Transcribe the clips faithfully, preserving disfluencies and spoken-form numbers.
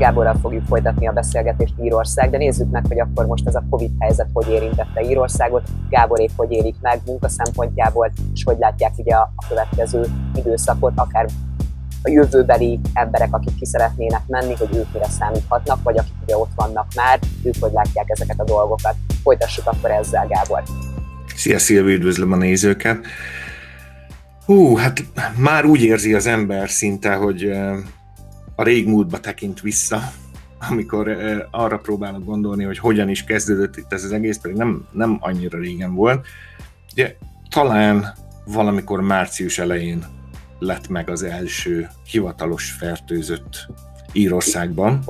Gáborral fogjuk folytatni a beszélgetést Írország, de nézzük meg, hogy akkor most ez a Covid helyzet hogy érintette Írországot, Gáborék hogy élik meg munka szempontjából, és hogy látják ugye a következő időszakot, akár a jövőbeli emberek, akik ki szeretnének menni, hogy ők mire számíthatnak, vagy akik ugye ott vannak már, ők hogy látják ezeket a dolgokat. Folytassuk akkor ezzel, Gábor. Szia Szilvi, üdvözlöm a nézőket! Hú, hát már úgy érzi az ember szinte, hogy a régmúltba tekint vissza, amikor arra próbálok gondolni, hogy hogyan is kezdődött itt ez az egész, pedig nem, nem annyira régen volt. Ugye talán valamikor március elején lett meg az első hivatalos fertőzött Írországban,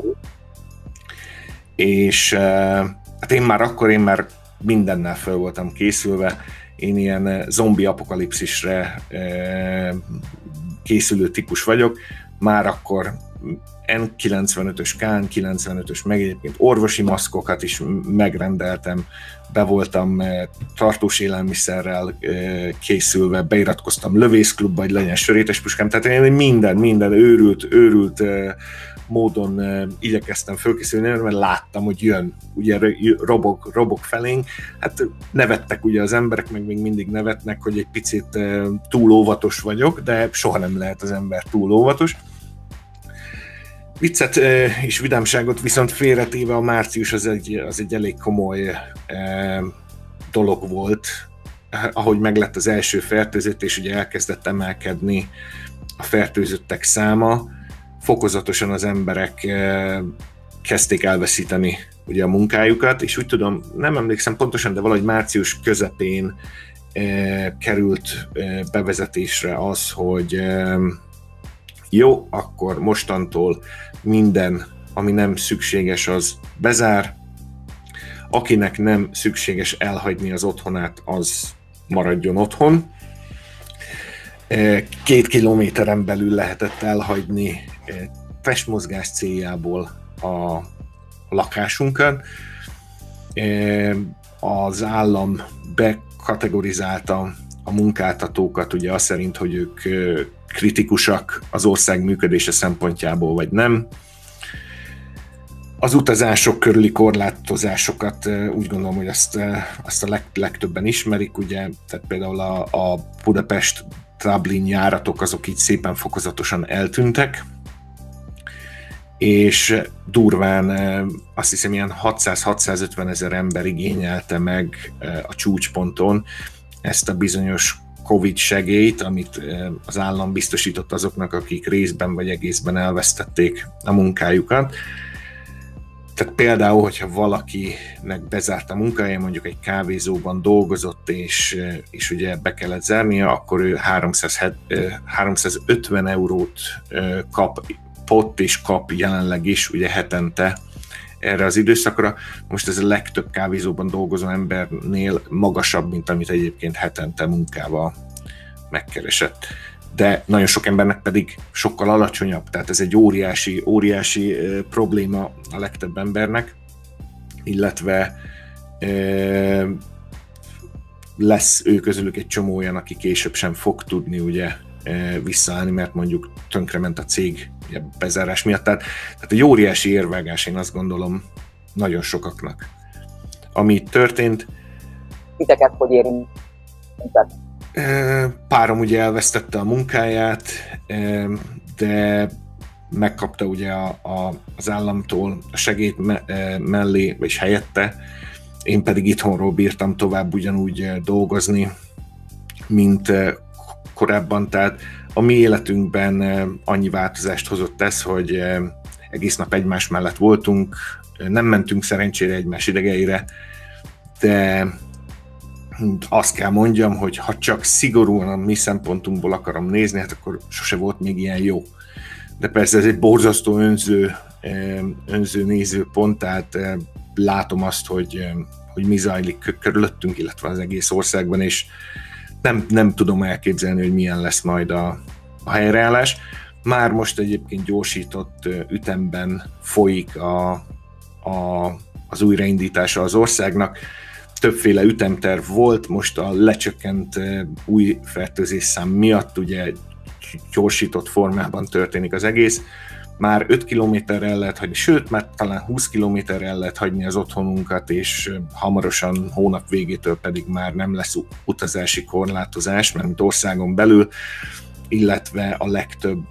és hát én már akkor, én már mindennel fel voltam készülve, én ilyen zombi apokalipszisre készülő típus vagyok, már akkor en kilencvenötös, ká en kilencvenötös, meg egyébként orvosi maszkokat is megrendeltem, be voltam tartós élelmiszerrel készülve, beiratkoztam lövészklubba, hogy legyen sörétes puskám, tehát én minden, minden őrült, őrült módon igyekeztem fölkészülni, mert láttam, hogy jön, ugye robog, robog felénk, hát nevettek ugye az emberek, meg még mindig nevetnek, hogy egy picit túl óvatos vagyok, de soha nem lehet az ember túl óvatos. Viccet és vidámságot viszont félretéve a március az egy, az egy elég komoly eh, dolog volt, ahogy meglett az első fertőzött, és ugye elkezdett emelkedni a fertőzöttek száma, fokozatosan az emberek eh, kezdték elveszíteni ugye a munkájukat, és úgy tudom, nem emlékszem pontosan, de valahogy március közepén eh, került eh, bevezetésre az, hogy eh, jó, akkor mostantól minden, ami nem szükséges, az bezár. Akinek nem szükséges elhagyni az otthonát, az maradjon otthon. Két kilométeren belül lehetett elhagyni testmozgás céljából a lakásunkat. Az állam bekategorizálta a munkáltatókat ugye azt szerint, hogy ők kritikusak az ország működése szempontjából, vagy nem. Az utazások körüli korlátozásokat úgy gondolom, hogy azt, azt a leg, legtöbben ismerik, ugye, tehát például a, a Budapest-Dublin járatok azok így szépen fokozatosan eltűntek, és durván azt hiszem ilyen hatszáz-hatszázötven ezer ember igényelte meg a csúcsponton ezt a bizonyos Covid segélyt, amit az állam biztosított azoknak, akik részben vagy egészben elvesztették a munkájukat. Tehát például, hogyha valakinek bezárt a munkája, mondjuk egy kávézóban dolgozott, és, és ugye be kellett zárnia, akkor ő háromszázötven eurót kapott és kap jelenleg is, ugye hetente erre az időszakra. Most ez a legtöbb kávézóban dolgozó embernél magasabb, mint amit egyébként hetente munkával megkeresett. De nagyon sok embernek pedig sokkal alacsonyabb, tehát ez egy óriási, óriási e, probléma a legtöbb embernek, illetve e, lesz ő közülük egy csomó olyan, aki később sem fog tudni ugye e, visszaállni, mert mondjuk tönkrement a cég ugye, bezárás miatt. Tehát, tehát egy óriási érvágás, én azt gondolom, nagyon sokaknak. Ami itt történt... Titeket hogy érintett? Párom ugye elvesztette a munkáját, de megkapta ugye a, a, az államtól a segélyt me, mellé, vagy helyette. Én pedig itthonról bírtam tovább ugyanúgy dolgozni, mint korábban. Tehát a mi életünkben annyi változást hozott ez, hogy egész nap egymás mellett voltunk, nem mentünk szerencsére egymás idegeire, de azt kell mondjam, hogy ha csak szigorúan a mi szempontunkból akarom nézni, hát akkor sose volt még ilyen jó. De persze ez egy borzasztó önző, önző nézőpont, tehát látom azt, hogy, hogy mi zajlik körülöttünk, illetve az egész országban, és nem, nem tudom elképzelni, hogy milyen lesz majd a, a helyreállás. Már most egyébként gyorsított ütemben folyik a, a, az újraindítása az országnak. Többféle ütemterv volt, most a lecsökkent új fertőzésszám miatt ugye gyorsított formában történik az egész. már öt kilométerre el lehet hagyni, sőt, már talán húsz kilométerre el lehet hagyni az otthonunkat, és hamarosan, hónap végétől pedig már nem lesz utazási korlátozás, mert mint országon belül, illetve a legtöbb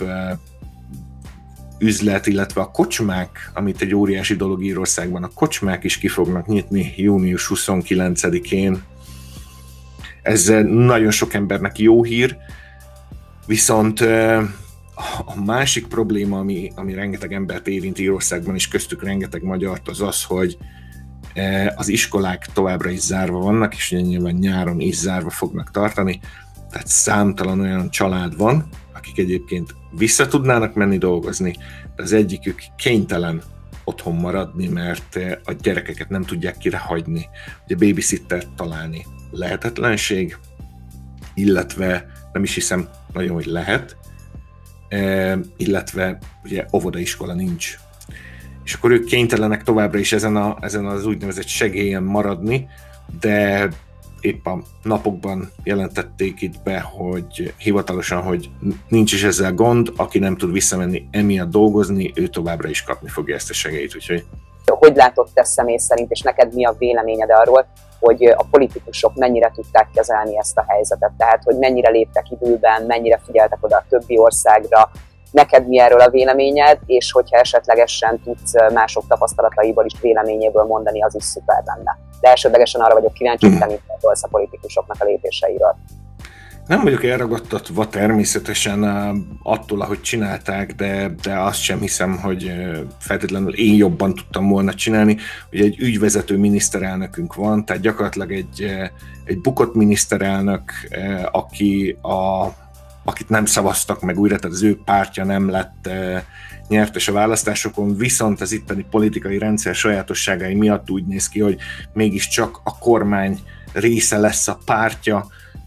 üzlet, illetve a kocsmák, amit egy óriási dolog Írországban, a kocsmák is ki fognak nyitni június huszonkilencedikén. Ez nagyon sok embernek jó hír, viszont a másik probléma, ami, ami rengeteg embert érint Írországban, és köztük rengeteg magyart, az az, hogy az iskolák továbbra is zárva vannak, és nyilván nyáron is zárva fognak tartani, tehát számtalan olyan család van, akik egyébként vissza tudnának menni dolgozni, de az egyikük kénytelen otthon maradni, mert a gyerekeket nem tudják kire hagyni. Ugye babysittert találni lehetetlenség, illetve nem is hiszem nagyon, hogy lehet, illetve ugye óvodaiskola nincs. És akkor ők kénytelenek továbbra is ezen, a, ezen az úgynevezett segélyen maradni, de épp a napokban jelentették itt be, hogy hivatalosan, hogy nincs is ezzel gond, aki nem tud visszamenni emiatt dolgozni, ő továbbra is kapni fogja ezt a segélyt. Úgyhogy... Hogy látod te személy szerint, és neked mi a véleményed arról, hogy a politikusok mennyire tudták kezelni ezt a helyzetet? Tehát, hogy mennyire léptek időben, mennyire figyeltek oda a többi országra, neked mi erről a véleményed, és hogyha esetlegesen tudsz mások tapasztalataiból is, véleményéből mondani, az is szuper lenne. De elsődlegesen arra vagyok kíváncsi, hogy te mit gondolsz a politikusoknak a lépéseiről. Nem vagyok elragadtatva természetesen attól, ahogy csinálták, de, de azt sem hiszem, hogy feltétlenül én jobban tudtam volna csinálni. Ugye egy ügyvezető miniszterelnökünk van, tehát gyakorlatilag egy, egy bukott miniszterelnök, aki a, akit nem szavaztak meg újra, tehát az ő pártja nem lett nyertes a választásokon, viszont az itteni politikai rendszer sajátosságai miatt úgy néz ki, hogy mégiscsak a kormány része lesz a pártja,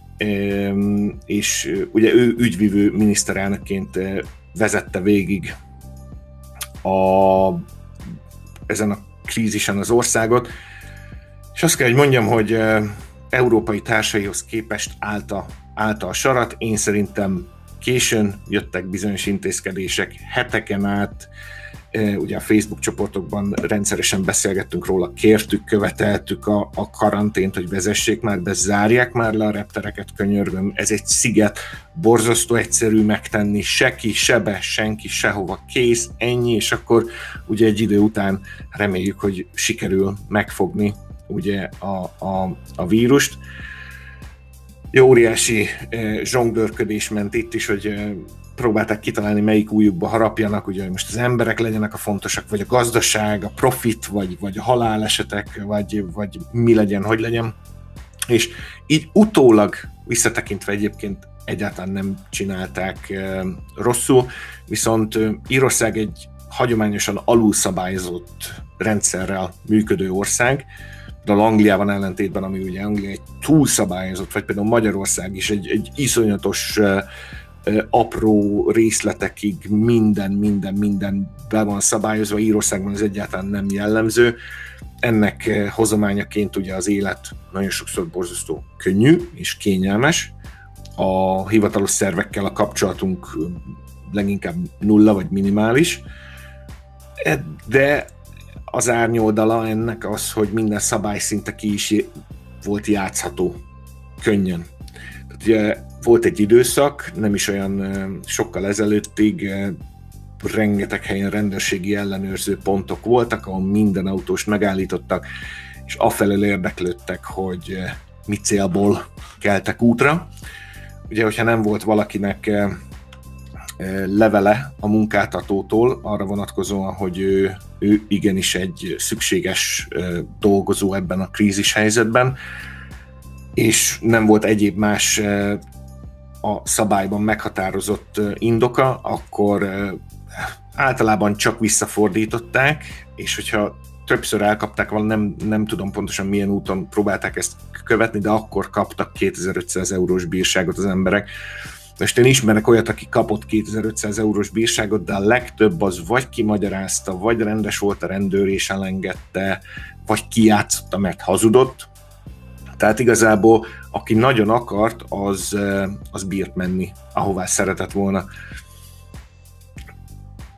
és ugye ő ügyvivő miniszterelnökként vezette végig a, ezen a krízisen az országot, és azt kell, hogy mondjam, hogy európai társaihoz képest állt a, állt a sarat. Én szerintem későn jöttek bizonyos intézkedések, heteken át, ugye a Facebook csoportokban rendszeresen beszélgettünk róla, kértük, követeltük a, a karantént, hogy vezessék már be, zárják már le a reptereket, könyörgöm, ez egy sziget, borzasztó egyszerű megtenni, se ki, se be, senki, sehova, kész, ennyi, és akkor ugye egy idő után reméljük, hogy sikerül megfogni ugye a, a, a vírust. Óriási zsonglőrködés ment itt is, hogy próbálták kitalálni, melyik újukba harapjanak, ugye most az emberek legyenek a fontosak, vagy a gazdaság, a profit, vagy, vagy a halálesetek, vagy, vagy mi legyen, hogy legyen. És így utólag visszatekintve egyébként egyáltalán nem csinálták rosszul, viszont Írország egy hagyományosan alulszabályozott rendszerrel működő ország, de a Angliában ellentétben, ami ugye Anglia egy túlszabályozott, vagy például Magyarország is egy, egy iszonyatos apró részletekig minden, minden, minden be van szabályozva, Írországban ez egyáltalán nem jellemző. Ennek hozományaként ugye az élet nagyon sokszor borzasztó könnyű és kényelmes. A hivatalos szervekkel a kapcsolatunk leginkább nulla vagy minimális, de az árnyoldala ennek az, hogy minden szabály szinte ki is volt játszható könnyen. Tehát ugye volt egy időszak, nem is olyan sokkal ezelőttig, rengeteg helyen rendőrségi ellenőrző pontok voltak, ahol minden autóst megállítottak, és afelől érdeklődtek, hogy mi célból keltek útra. Ugye, hogyha nem volt valakinek levele a munkáltatótól arra vonatkozóan, hogy ő, ő igenis egy szükséges dolgozó ebben a krízis helyzetben, és nem volt egyéb más a szabályban meghatározott indoka, akkor általában csak visszafordították, és hogyha többször elkapták, valami nem, nem tudom pontosan milyen úton próbálták ezt követni, de akkor kaptak kétezer-ötszáz eurós bírságot az emberek. Most én ismerek olyat, aki kapott kétezer-ötszáz eurós bírságot, de a legtöbb az vagy kimagyarázta, vagy rendes volt a rendőr és elengedte, vagy kijátszotta, mert hazudott. Tehát igazából, aki nagyon akart, az, az bírt menni, ahová szeretett volna.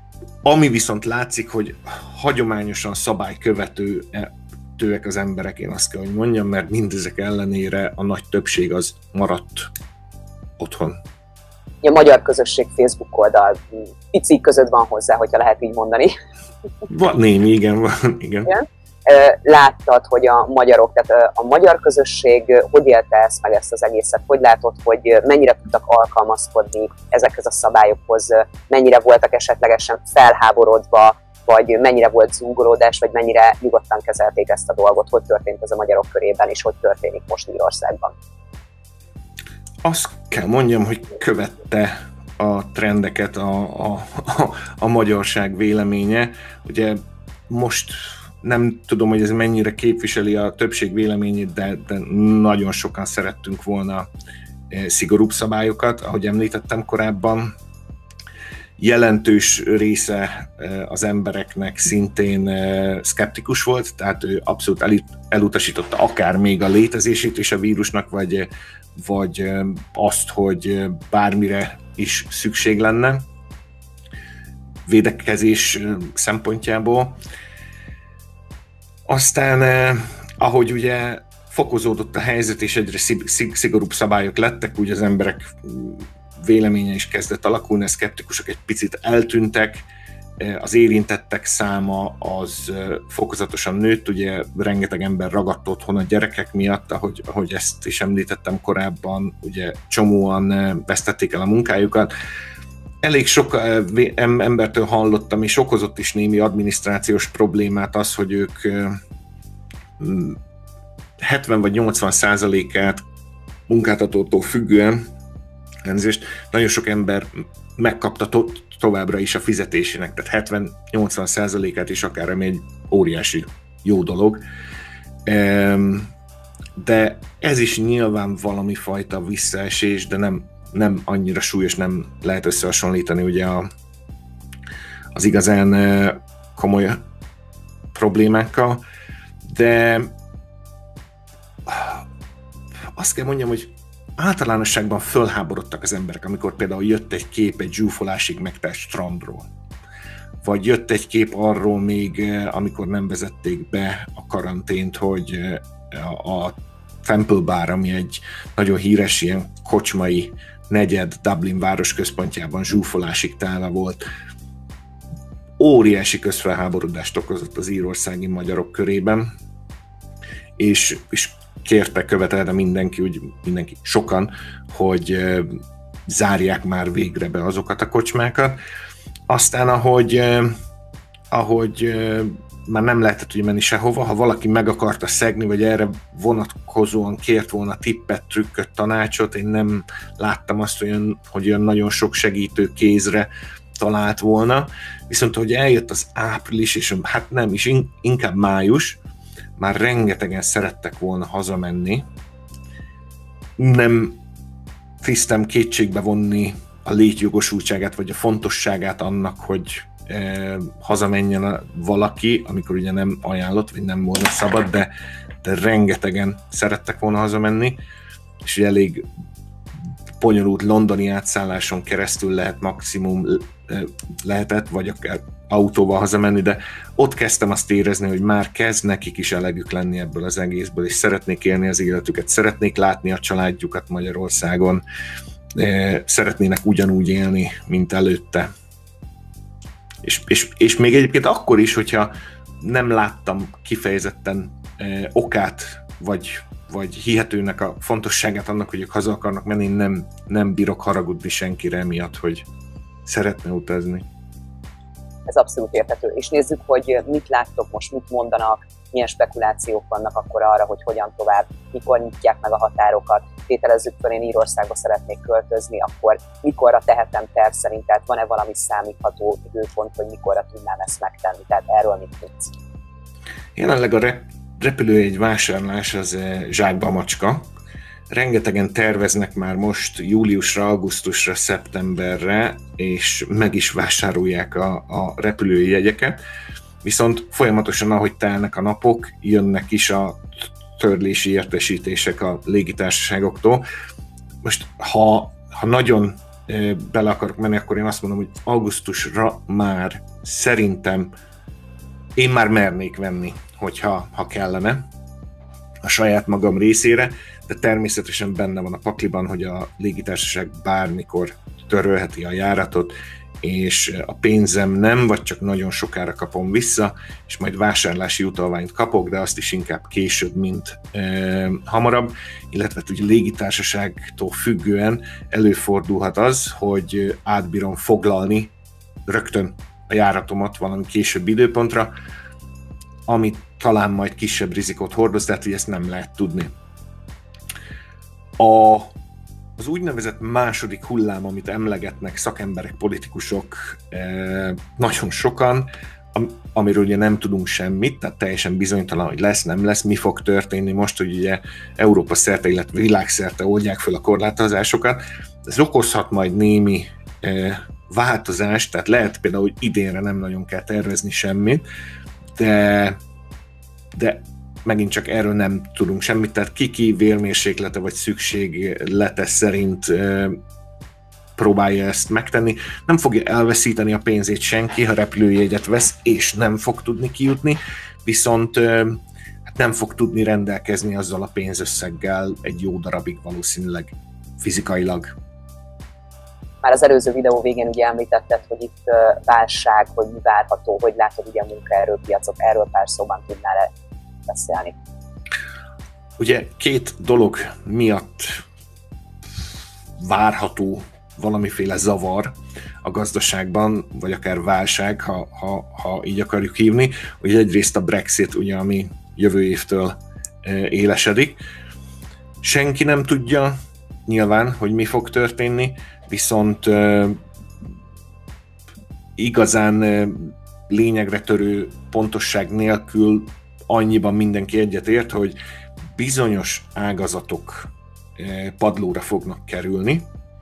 Ami viszont látszik, hogy hagyományosan szabálykövető tőek az emberek, én azt kell, hogy mondjam, mert mindezek ellenére a nagy többség az maradt otthon. A magyar közösség Facebook oldal picik között van hozzá, hogyha lehet így mondani. Van némi, igen, van, igen. igen. Láttad, hogy a magyarok, tehát a magyar közösség hogy élte ezt meg, ezt az egészet? Hogy látod, hogy mennyire tudtak alkalmazkodni ezekhez a szabályokhoz, mennyire voltak esetlegesen felháborodva, vagy mennyire volt zúgolódás, vagy mennyire nyugodtan kezelték ezt a dolgot? Hogy történt ez a magyarok körében, és hogy történik most Írországban? Azt kell mondjam, hogy követte a trendeket a, a, a, a magyarság véleménye. Ugye most nem tudom, hogy ez mennyire képviseli a többség véleményét, de, de nagyon sokan szerettünk volna szigorúbb szabályokat, ahogy említettem korábban. Jelentős része az embereknek szintén szkeptikus volt, tehát ő abszolút elutasította akár még a létezését is a vírusnak, vagy, vagy azt, hogy bármire is szükség lenne védekezés szempontjából. Aztán, ahogy ugye fokozódott a helyzet, és egyre szigorúbb szabályok lettek, úgy az emberek véleménye is kezdett alakulni, a szkeptikusok egy picit eltűntek, az érintettek száma az fokozatosan nőtt, ugye rengeteg ember ragadt otthon a gyerekek miatt, ahogy, ahogy ezt is említettem korábban, ugye csomóan vesztették el a munkájukat. Elég sok embertől hallottam, és okozott is némi adminisztrációs problémát az, hogy ők hetven vagy nyolcvan százalékát munkáltatótól függően, elnézést, nagyon sok ember megkapta to- továbbra is a fizetésének, tehát hetven-nyolcvan százalékát is akár, ami egy óriási jó dolog. De ez is nyilván valami fajta visszaesés, de nem nem annyira súlyos, nem lehet összehasonlítani ugye a, az igazán komoly problémákkal, de azt kell mondjam, hogy általánosságban fölháborodtak az emberek, amikor például jött egy kép egy zsúfolásig megtelt strandról, vagy jött egy kép arról még, amikor nem vezették be a karantént, hogy a, a Temple Bar, ami egy nagyon híres ilyen kocsmai negyed Dublin városközpontjában zsúfolásig tálva volt. Óriási közfelháborodást okozott az írországi magyarok körében, és, és kérte, követelte mindenki, úgy mindenki, sokan, hogy zárják már végre be azokat a kocsmákat. Aztán, ahogy, ahogy már nem lehetett ugye menni sehova, ha valaki meg akarta szegni, vagy erre vonatkozóan kért volna tippet, trükköt, tanácsot, én nem láttam azt, olyan, hogy olyan nagyon sok segítő kézre talált volna. Viszont, hogy eljött az április, és hát nem is, inkább május, már rengetegen szerettek volna hazamenni. Nem tisztem kétségbe vonni a létjogosultságát, vagy a fontosságát annak, hogy eh, hazamenjen valaki, amikor ugye nem ajánlott, vagy nem volna szabad, de, de rengetegen szerettek volna hazamenni, és ugye elég bonyolult londoni átszálláson keresztül lehet maximum lehetett, vagy akár autóval hazamenni, de ott kezdtem azt érezni, hogy már kezd nekik is elegük lenni ebből az egészből, és szeretnék élni az életüket, szeretnék látni a családjukat Magyarországon, szeretnének ugyanúgy élni, mint előtte. És, és, és még egyébként akkor is, hogyha nem láttam kifejezetten okát, vagy vagy hihetőnek a fontosságát annak, hogy ők haza akarnak menni, nem, nem bírok haragudni senkire emiatt, hogy szeretne utazni. Ez abszolút érthető. És nézzük, hogy mit láttok most, mit mondanak, milyen spekulációk vannak akkor arra, hogy hogyan tovább, mikor nyitják meg a határokat. Tételezzük fel, én Írországba szeretnék költözni, akkor mikorra tehetem terv szerint, tehát van-e valami számítható időpont, hogy mikorra tudnám ezt megtenni, tehát erről mit tudsz? Jelenleg a rep- repülőjegy vásárlás az zsákba macska. Rengetegen terveznek már most júliusra, augusztusra, szeptemberre, és meg is vásárolják a, a repülőjegyeket. Viszont folyamatosan, ahogy telnek a napok, jönnek is a törlési értesítések a légitársaságoktól. Most, ha, ha nagyon bele akarok menni, akkor én azt mondom, hogy augusztusra már szerintem én már mernék venni, hogyha ha kellene a saját magam részére, de természetesen benne van a pakliban, hogy a légitársaság bármikor törölheti a járatot, és a pénzem nem, vagy csak nagyon sokára kapom vissza, és majd vásárlási utalványt kapok, de azt is inkább később, mint e, hamarabb, illetve ugye légitársaságtól függően előfordulhat az, hogy átbírom foglalni rögtön a járatomat valami később időpontra, ami talán majd kisebb rizikót hordoz, tehát hogy ezt nem lehet tudni. A Az úgynevezett második hullám, amit emlegetnek szakemberek, politikusok, nagyon sokan, amiről ugye nem tudunk semmit, tehát teljesen bizonytalan, hogy lesz, nem lesz, mi fog történni most, hogy ugye Európa szerte, illetve világszerte oldják fel a korlátozásokat. Ez okozhat majd némi változást, tehát lehet például, hogy idénre nem nagyon kell tervezni semmit, de, de megint csak erről nem tudunk semmit, tehát ki-ki vérmérséklete vagy szükséglete szerint e, próbálja ezt megtenni. Nem fogja elveszíteni a pénzét senki, ha repülőjegyet vesz, és nem fog tudni kijutni, viszont e, hát nem fog tudni rendelkezni azzal a pénzösszeggel egy jó darabig valószínűleg fizikailag. Már az előző videó végén ugye említetted, hogy itt uh, válság, hogy mi várható, hogy látod ugye a munkaerőpiacok, erről pár szóban tudnál beszélni. Ugye két dolog miatt várható valamiféle zavar a gazdaságban, vagy akár válság, ha, ha, ha így akarjuk hívni, hogy egyrészt a Brexit, ugye, ami jövő évtől élesedik. Senki nem tudja nyilván, hogy mi fog történni, viszont igazán lényegre törő pontosság nélkül annyiban mindenki egyetért, hogy bizonyos ágazatok padlóra fognak kerülni.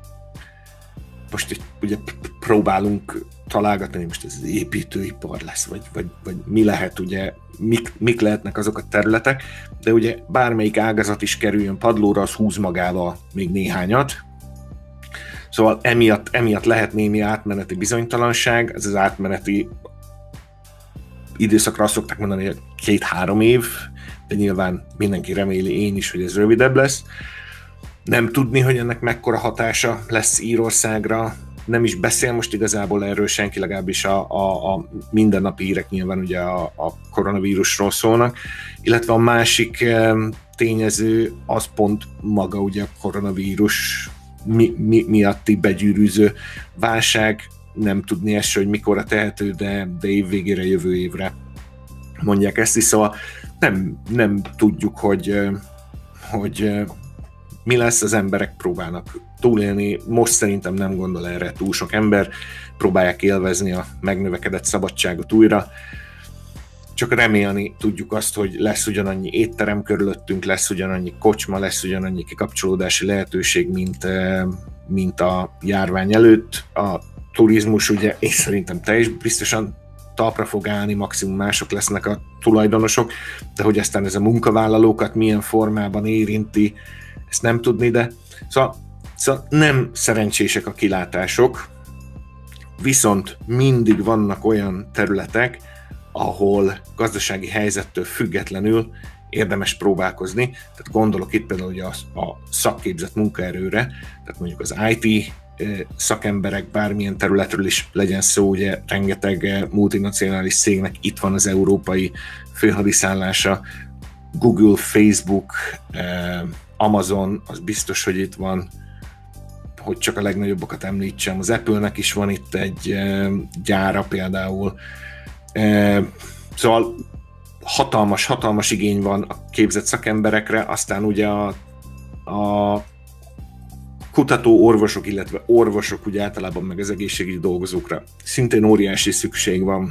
Most itt ugye próbálunk találgatni, hogy most ez az építőipar lesz, vagy, vagy, vagy mi lehet, ugye, mik, mik lehetnek azok a területek, de ugye bármelyik ágazat is kerüljön padlóra, az húz magával még néhányat. Szóval emiatt, emiatt lehet némi átmeneti bizonytalanság, ez az átmeneti időszakra azt szokták mondani, hogy két-három év, de nyilván mindenki reméli, én is, hogy ez rövidebb lesz. Nem tudni, hogy ennek mekkora hatása lesz Írországra, nem is beszél most igazából erről senki, legalábbis a, a, a mindennapi hírek nyilván ugye a, a koronavírusról szólnak, illetve a másik tényező az pont maga ugye a koronavírus mi, mi, miatti begyűrűző válság, nem tudni ezt, hogy mikorra tehető, de, de év végére, jövő évre mondják ezt is, szóval nem, nem tudjuk, hogy, hogy mi lesz, az emberek próbálnak túlélni, most szerintem nem gondol erre túl sok ember, próbálják élvezni a megnövekedett szabadságot újra, csak remélni tudjuk azt, hogy lesz ugyanannyi étterem körülöttünk, lesz ugyanannyi kocsma, lesz ugyanannyi kikapcsolódási lehetőség, mint, mint a járvány előtt. A turizmus ugye, és szerintem te is biztosan talpra fog állni, maximum mások lesznek a tulajdonosok, de hogy aztán ez a munkavállalókat milyen formában érinti, ezt nem tudni, de szóval, szóval nem szerencsések a kilátások, viszont mindig vannak olyan területek, ahol gazdasági helyzettől függetlenül érdemes próbálkozni. Tehát gondolok itt például ugye a, a szakképzett munkaerőre, tehát mondjuk az i té szakemberek bármilyen területről is legyen szó, ugye rengeteg multinacionális cégnek itt van az európai főhadiszállása, Google, Facebook, Amazon, az biztos, hogy itt van, hogy csak a legnagyobbakat említsem, az Apple-nek is van itt egy gyára például. Szóval hatalmas, hatalmas igény van a képzett szakemberekre, aztán ugye a, a kutató orvosok, illetve orvosok ugye általában meg az egészségügyi dolgozókra szintén óriási szükség van.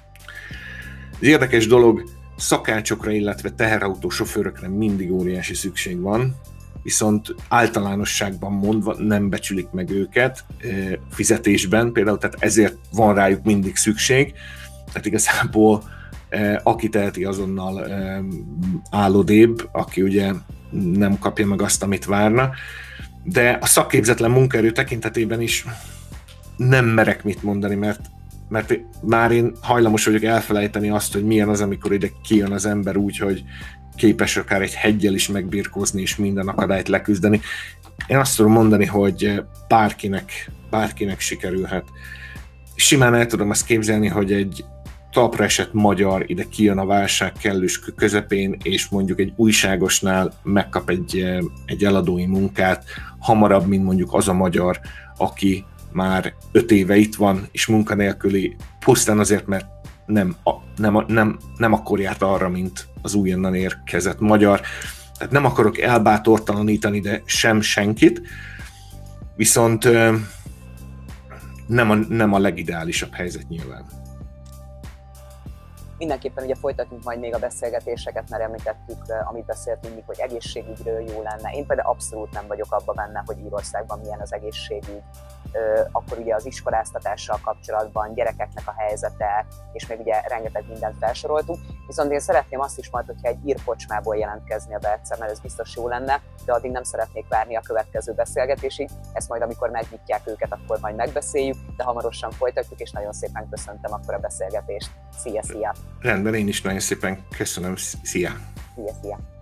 Az érdekes dolog, szakácsokra, illetve teherautó sofőrökre mindig óriási szükség van, viszont általánosságban mondva nem becsülik meg őket fizetésben, például, tehát ezért van rájuk mindig szükség, tehát igazából aki teheti azonnal állodébb, aki ugye nem kapja meg azt, amit várna. de a szakképzetlen munkaerő tekintetében is nem merek mit mondani, mert, mert már én hajlamos vagyok elfelejteni azt, hogy milyen az, amikor ide kijön az ember úgy, hogy képes akár egy heggyel is megbirkózni, és minden akadályt leküzdeni. Én azt tudom mondani, hogy bárkinek, bárkinek sikerülhet. Simán el tudom azt képzelni, hogy egy talpra esett magyar ide kijön a válság kellős közepén, és mondjuk egy újságosnál megkap egy, egy eladói munkát hamarabb, mint mondjuk az a magyar, aki már öt éve itt van, és munkanélküli, pusztán azért, mert nem, nem, nem, nem akkor járt arra, mint az újonnan érkezett magyar. Tehát nem akarok elbátortalanítani, de sem senkit, viszont nem a, nem a legideálisabb helyzet nyilván. Mindenképpen ugye folytatjuk majd még a beszélgetéseket, mert említettük, amit beszéltünk, hogy egészségügyről jó lenne. Én például abszolút nem vagyok abban benne, hogy Írországban milyen az egészségügy. Akkor ugye az iskoláztatással kapcsolatban, gyerekeknek a helyzete, és még ugye rengeteg mindent felsoroltunk. Viszont én szeretném azt is majd, hogyha egy ír kocsmából jelentkezni a Berce, mert ez biztos jó lenne, de addig nem szeretnék várni a következő beszélgetésig. Ezt majd, amikor megnyitják őket, akkor majd megbeszéljük, de hamarosan folytatjuk, és nagyon szépen köszöntöm akkor a beszélgetést. Szia, szia! Rendben, én is nagyon szépen köszönöm. Szia! Szia, szia!